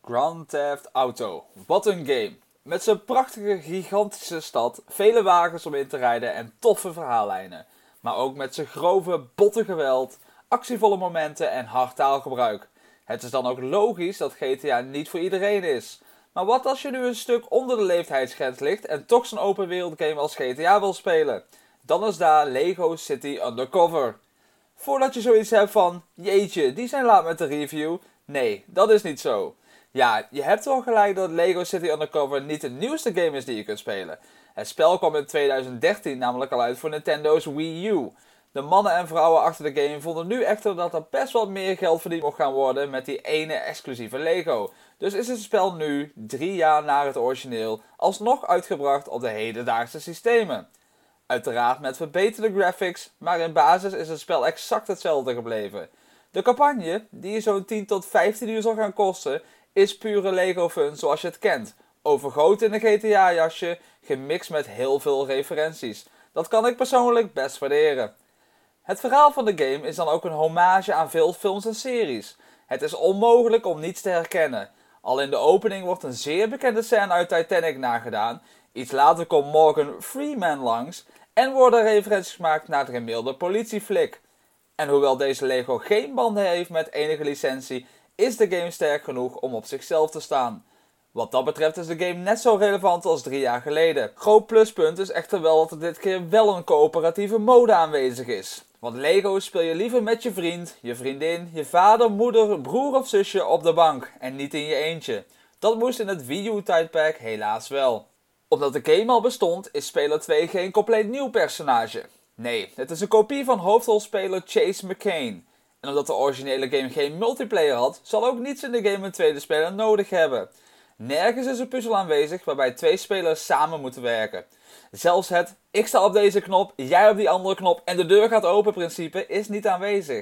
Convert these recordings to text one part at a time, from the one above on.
Grand Theft Auto. Wat een game. Met zijn prachtige, gigantische stad, vele wagens om in te rijden en toffe verhaallijnen. Maar ook met zijn grove, botte geweld, actievolle momenten en hard taalgebruik. Het is dan ook logisch dat GTA niet voor iedereen is. Maar wat als je nu een stuk onder de leeftijdsgrens ligt en toch zo'n open wereld game als GTA wil spelen? Dan is daar Lego City Undercover. Voordat je zoiets hebt van, jeetje, die zijn laat met de review. Nee, dat is niet zo. Ja, je hebt wel gelijk dat Lego City Undercover niet de nieuwste game is die je kunt spelen. Het spel kwam in 2013 namelijk al uit voor Nintendo's Wii U. De mannen en vrouwen achter de game vonden nu echter dat er best wat meer geld verdiend mocht gaan worden met die ene exclusieve Lego. Dus is het spel nu, 3 jaar na het origineel, alsnog uitgebracht op de hedendaagse systemen. Uiteraard met verbeterde graphics, maar in basis is het spel exact hetzelfde gebleven. De campagne, die je zo'n 10 tot 15 uur zal gaan kosten, is pure Lego fun zoals je het kent. Overgoten in een GTA jasje, gemixt met heel veel referenties. Dat kan ik persoonlijk best waarderen. Het verhaal van de game is dan ook een hommage aan veel films en series. Het is onmogelijk om niets te herkennen. Al in de opening wordt een zeer bekende scène uit Titanic nagedaan. Iets later komt Morgan Freeman langs en worden referenties gemaakt naar de gemiddelde politieflik. En hoewel deze Lego geen banden heeft met enige licentie, is de game sterk genoeg om op zichzelf te staan. Wat dat betreft is de game net zo relevant als 3 jaar geleden. Groot pluspunt is echter wel dat er dit keer wel een coöperatieve mode aanwezig is. Want Lego speel je liever met je vriend, je vriendin, je vader, moeder, broer of zusje op de bank en niet in je eentje. Dat moest in het Wii U-tijdperk helaas wel. Omdat de game al bestond, is speler 2 geen compleet nieuw personage. Nee, het is een kopie van hoofdrolspeler Chase McCain. En omdat de originele game geen multiplayer had, zal ook niets in de game een tweede speler nodig hebben. Nergens is een puzzel aanwezig waarbij 2 spelers samen moeten werken. Zelfs het, ik sta op deze knop, jij op die andere knop en de deur gaat open principe is niet aanwezig.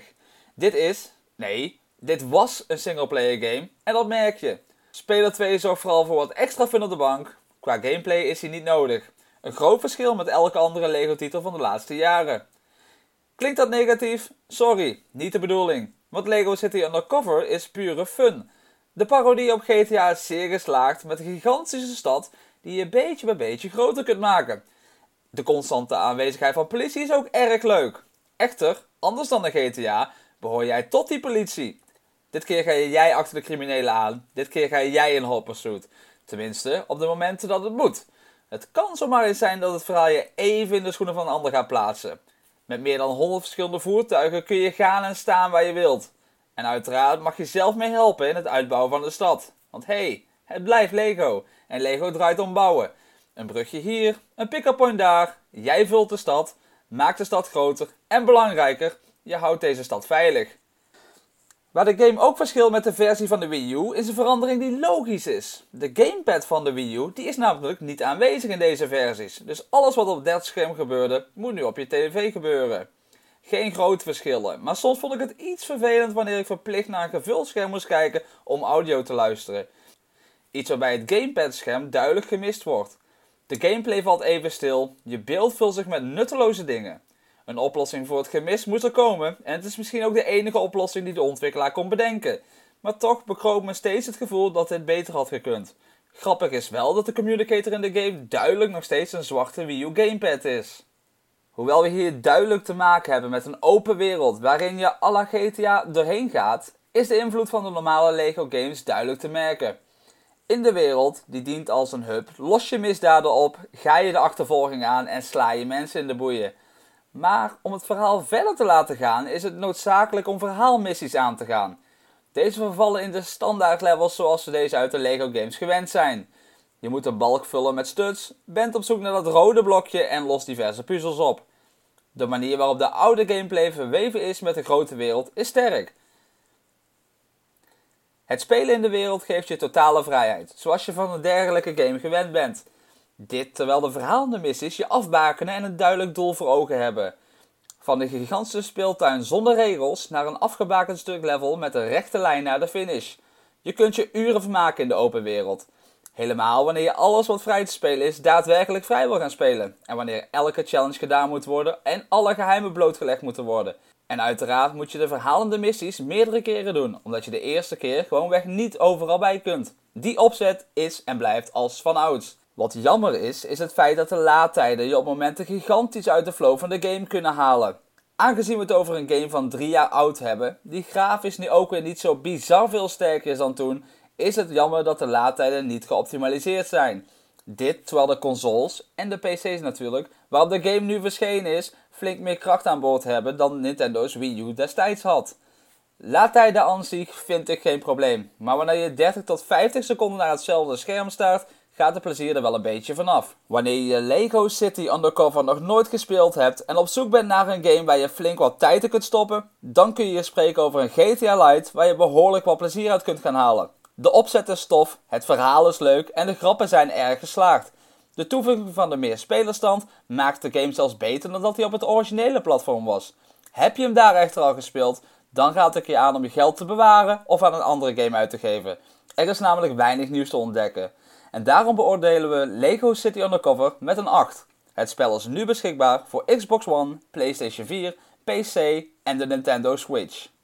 Dit was een singleplayer game en dat merk je. Speler 2 zorgt vooral voor wat extra fun op de bank. Qua gameplay is hij niet nodig. Een groot verschil met elke andere Lego-titel van de laatste jaren. Klinkt dat negatief? Sorry, niet de bedoeling. Want Lego City Undercover is pure fun. De parodie op GTA is zeer geslaagd met een gigantische stad die je beetje bij beetje groter kunt maken. De constante aanwezigheid van politie is ook erg leuk. Echter, anders dan de GTA, behoor jij tot die politie. Dit keer ga jij achter de criminelen aan, dit keer ga jij in hot pursuit. Tenminste, op de momenten dat het moet. Het kan zomaar eens zijn dat het verhaal je even in de schoenen van een ander gaat plaatsen. Met meer dan 100 verschillende voertuigen kun je gaan en staan waar je wilt. En uiteraard mag je zelf mee helpen in het uitbouwen van de stad. Want het blijft Lego. En Lego draait om bouwen. Een brugje hier, een pick-up point daar. Jij vult de stad, maakt de stad groter en belangrijker, je houdt deze stad veilig. Waar de game ook verschilt met de versie van de Wii U is een verandering die logisch is. De gamepad van de Wii U die is namelijk niet aanwezig in deze versies. Dus alles wat op dat scherm gebeurde, moet nu op je tv gebeuren. Geen grote verschillen, maar soms vond ik het iets vervelend wanneer ik verplicht naar een gevuld scherm moest kijken om audio te luisteren. Iets waarbij het gamepad-scherm duidelijk gemist wordt. De gameplay valt even stil, je beeld vult zich met nutteloze dingen. Een oplossing voor het gemis moet er komen en het is misschien ook de enige oplossing die de ontwikkelaar kon bedenken. Maar toch bekroop me steeds het gevoel dat dit beter had gekund. Grappig is wel dat de communicator in de game duidelijk nog steeds een zwarte Wii U gamepad is. Hoewel we hier duidelijk te maken hebben met een open wereld waarin je à la GTA doorheen gaat, is de invloed van de normale Lego games duidelijk te merken. In de wereld, die dient als een hub, los je misdaden op, ga je de achtervolging aan en sla je mensen in de boeien. Maar om het verhaal verder te laten gaan is het noodzakelijk om verhaalmissies aan te gaan. Deze vervallen in de standaard levels zoals we deze uit de Lego games gewend zijn. Je moet een balk vullen met studs, bent op zoek naar dat rode blokje en lost diverse puzzels op. De manier waarop de oude gameplay verweven is met de grote wereld is sterk. Het spelen in de wereld geeft je totale vrijheid, zoals je van een dergelijke game gewend bent. Dit terwijl de verhalende missies je afbakenen en een duidelijk doel voor ogen hebben. Van de gigantische speeltuin zonder regels naar een afgebakend stuk level met een rechte lijn naar de finish. Je kunt je uren vermaken in de open wereld. Helemaal wanneer je alles wat vrij te spelen is daadwerkelijk vrij wil gaan spelen. En wanneer elke challenge gedaan moet worden en alle geheimen blootgelegd moeten worden. En uiteraard moet je de verhalende missies meerdere keren doen, omdat je de eerste keer gewoonweg niet overal bij kunt. Die opzet is en blijft als vanouds. Wat jammer is het feit dat de laadtijden je op momenten gigantisch uit de flow van de game kunnen halen. Aangezien we het over een game van 3 jaar oud hebben, die grafisch nu ook weer niet zo bizar veel sterker is dan toen, is het jammer dat de laadtijden niet geoptimaliseerd zijn. Dit terwijl de consoles, en de PC's natuurlijk, waarop de game nu verschenen is, flink meer kracht aan boord hebben dan Nintendo's Wii U destijds had. Laadtijden aan zich vind ik geen probleem, maar wanneer je 30 tot 50 seconden naar hetzelfde scherm staart, gaat het plezier er wel een beetje vanaf. Wanneer je Lego City Undercover nog nooit gespeeld hebt en op zoek bent naar een game waar je flink wat tijd in kunt stoppen, dan kun je hier spreken over een GTA Lite waar je behoorlijk wat plezier uit kunt gaan halen. De opzet is tof, het verhaal is leuk en de grappen zijn erg geslaagd. De toevoeging van de meer spelerstand maakt de game zelfs beter dan dat hij op het originele platform was. Heb je hem daar echter al gespeeld, dan raad ik je aan om je geld te bewaren of aan een andere game uit te geven. Er is namelijk weinig nieuws te ontdekken. En daarom beoordelen we Lego City Undercover met een 8. Het spel is nu beschikbaar voor Xbox One, PlayStation 4, PC en de Nintendo Switch.